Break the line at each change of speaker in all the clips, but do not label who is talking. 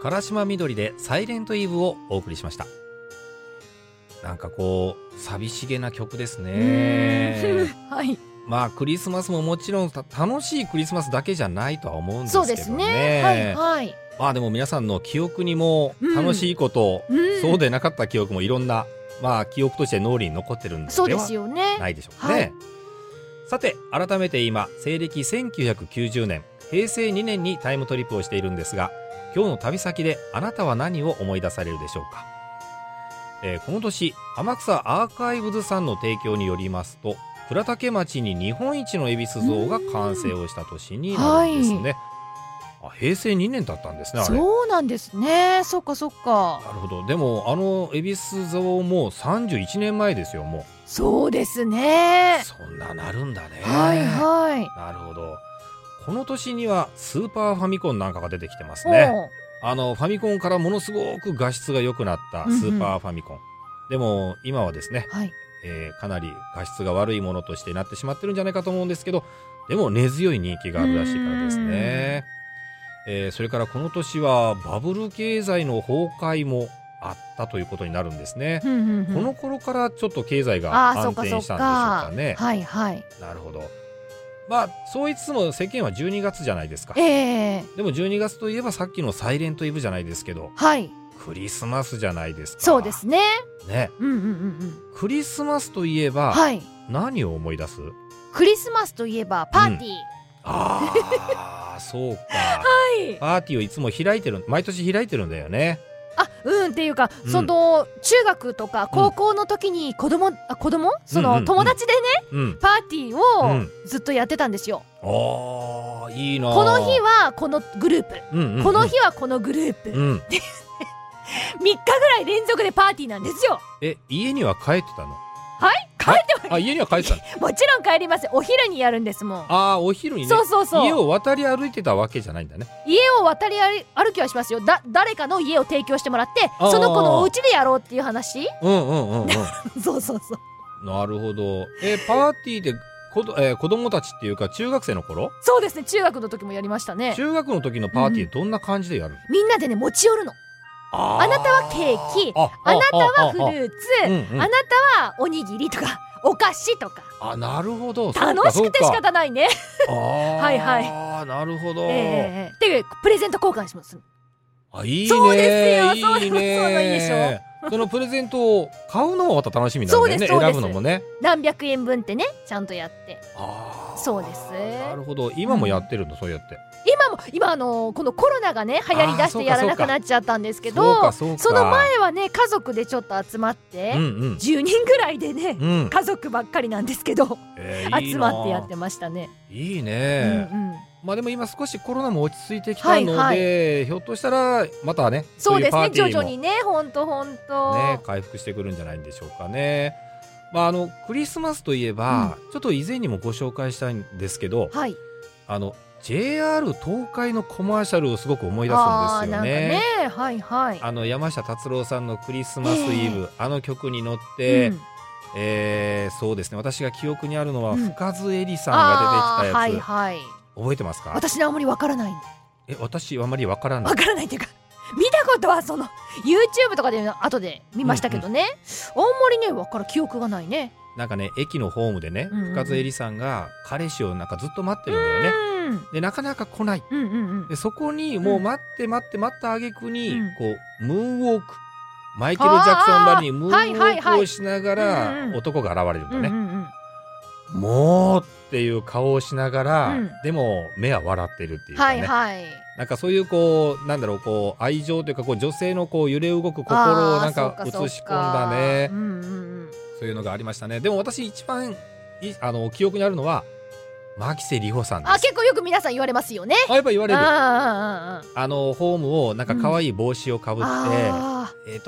唐島みどりでサイレントイーブをお送りしました。なんかこう寂しげな曲ですね。
はい。
まあクリスマスももちろん楽しいクリスマスだけじゃないとは思うんですけどね。
そうですね。はいはい。
まあでも皆さんの記憶にも楽しいこと、そうでなかった記憶もいろんな、まあ記憶として脳裏に残ってるんではないでしょうかね。はい、さて改めて今西暦1990年平成2年にタイムトリップをしているんですが、今日の旅先であなたは何を思い出されるでしょうか。この年天草アーカイブズさんの提供によりますと、倉岳町に日本一の恵比寿像が完成をした年になるんですね。平成2年だったんですね。あれ
そうなんですね。そっかそっか。
なるほど。でも恵比寿像も31年前ですよ。もう
そうですね。
そんななるんだね。
はいはい。
なるほど。この年にはスーパーファミコンなんかが出てきてますね。ファミコンからものすごく画質が良くなったスーパーファミコン、でも今はですね、かなり画質が悪いものとしてなってしまってるんじゃないかと思うんですけど、でも根強い人気があるらしいからですね。それからこの年はバブル経済の崩壊もあったということになるんですね。この頃からちょっと経済が安定したんでしょうかね。
はいはい。
なるほど。まあそう言いつつも世間は12月じゃないですか。でも12月といえばさっきのサイレントイブじゃないですけど、クリスマスじゃないですか。
そうですね。
クリスマスといえば、何を思い出す？
クリスマスといえばパーティー。
ああそうか。パーティーをいつも開いてる、毎年開いてるんだよね。
っていうか、その中学とか高校の時に子供その友達でね、パーティーをずっとやってたんですよ。
いいな。
この日はこのグループ、この日はこのグループ、3日ぐらい連続でパーティーなんですよ。
家には帰ってたの？
はい、帰って
家には帰ってたの？
もちろん帰ります。お昼にやるんですもん。
お昼にね。
そう
家を渡り歩いてたわけじゃないんだね。
家を渡り歩きはしますよ。誰かの家を提供してもらって、その子のお家でやろうっていう話。そう
なるほど。パーティーで子供たちっていうか中学生の頃？
そうですね、中学の時もやりましたね。
中学の時のパーティーどんな感じでやる？
みんなでね持ち寄るの。あなたはケーキ、あなたはフルーツ、あなたはおにぎりとかお菓子とか。
なるほど。
楽しくて仕方ないね。はい
はい。なるほど。
でプレゼント交換します。
いいね。
そうですよ。
いいね。
いいでしょ。
そのプレゼントを買うのもまた楽しみなんだよね。選ぶのもね。
何百円分ってね、ちゃんとやって。そうです。
なるほど。今もやってるの？そうやって。
今このコロナがね流行りだしてやらなくなっちゃったんですけど、その前はね家族でちょっと集まって10人ぐらいでね、家族ばっかりなんですけど集まってやってましたね。
いいね。まあでも今少しコロナも落ち着いてきたので、ひょっとしたらまたね、
そうですね、徐々にね、本当
ね回復してくるんじゃないんでしょうかね。まあクリスマスといえば、ちょっと以前にもご紹介したいんですけど、JR 東海のコマーシャルをすごく思い出すんですよね。山下達郎さんのクリスマスイブ、曲に乗って、そうですね、私が記憶にあるのは深津絵里さんが出てきたやつ、覚えてますか？
私あんまりわからない。
私あんまりわからない。
わからないっていうか、見たことはYouTube とかで後で見ましたけどね、あんまりね記憶がないね。
なんかね、駅のホームでね、深津絵里さんが彼氏をなんかずっと待ってるんだよね。でなかなか来ない。でそこにもう待った挙句にこうムーンウォーク、マイケル・ジャクソンばりにムーンウォークをしながら男が現れるんだね。もうっていう顔をしながら、でも目は笑ってるっていうかね。なんかそういう愛情というか女性の揺れ動く心をなんか映し込んだね。そういうのがありましたね。でも私一番記憶にあるのは牧瀬里穂さんです。
結構よく皆さん言われますよね。
やっぱ言われる。ホームをなんか可愛い帽子をかぶって、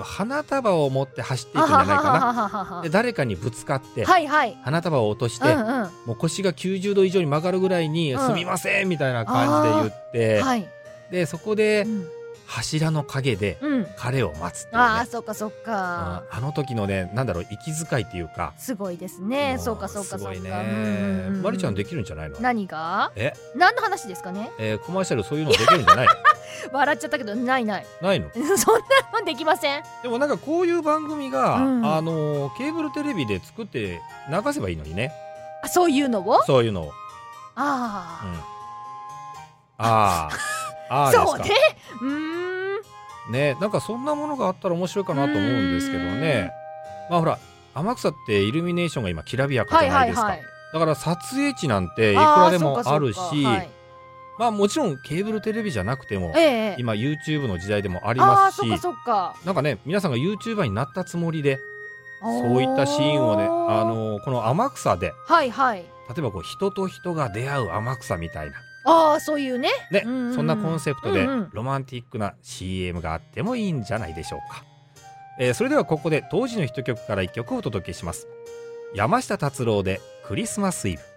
花束を持って走っていくんじゃないかな。で誰かにぶつかって花束を落として、もう腰が90度以上に曲がるぐらいにすみませんみたいな感じで言って、でそこで柱の陰で彼を待つっていうね、
ああそっかそっか、
あの時のねなんだろう息遣いっていうか
すごいですね。そうかそうかそうか、すごいね。
まりちゃんできるんじゃないの？
何が？何の話ですかね？
コマーシャルそういうのできるんじゃないの？
笑っちゃったけどないのそんなのできません。
でもなんかこういう番組が、ケーブルテレビで作って流せばいいのにね。
あ、そういうのを
そういうのを
そうね。
ね、なんかそんなものがあったら面白いかなと思うんですけどね。まあほら天草ってイルミネーションが今きらびやかじゃないですか。だから撮影地なんていくらでもあるし、まあもちろんケーブルテレビじゃなくても、今 YouTube の時代でもありますし、なんかね皆さんが YouTuber になったつもりでそういったシーンをね、この天草で、例えばこう人と人が出会う天草みたいな。
そういうね、
そんなコンセプトでロマンティックな CM があってもいいんじゃないでしょうか。それではここで当時のヒット曲から1曲お届けします。山下達郎でクリスマスイブ。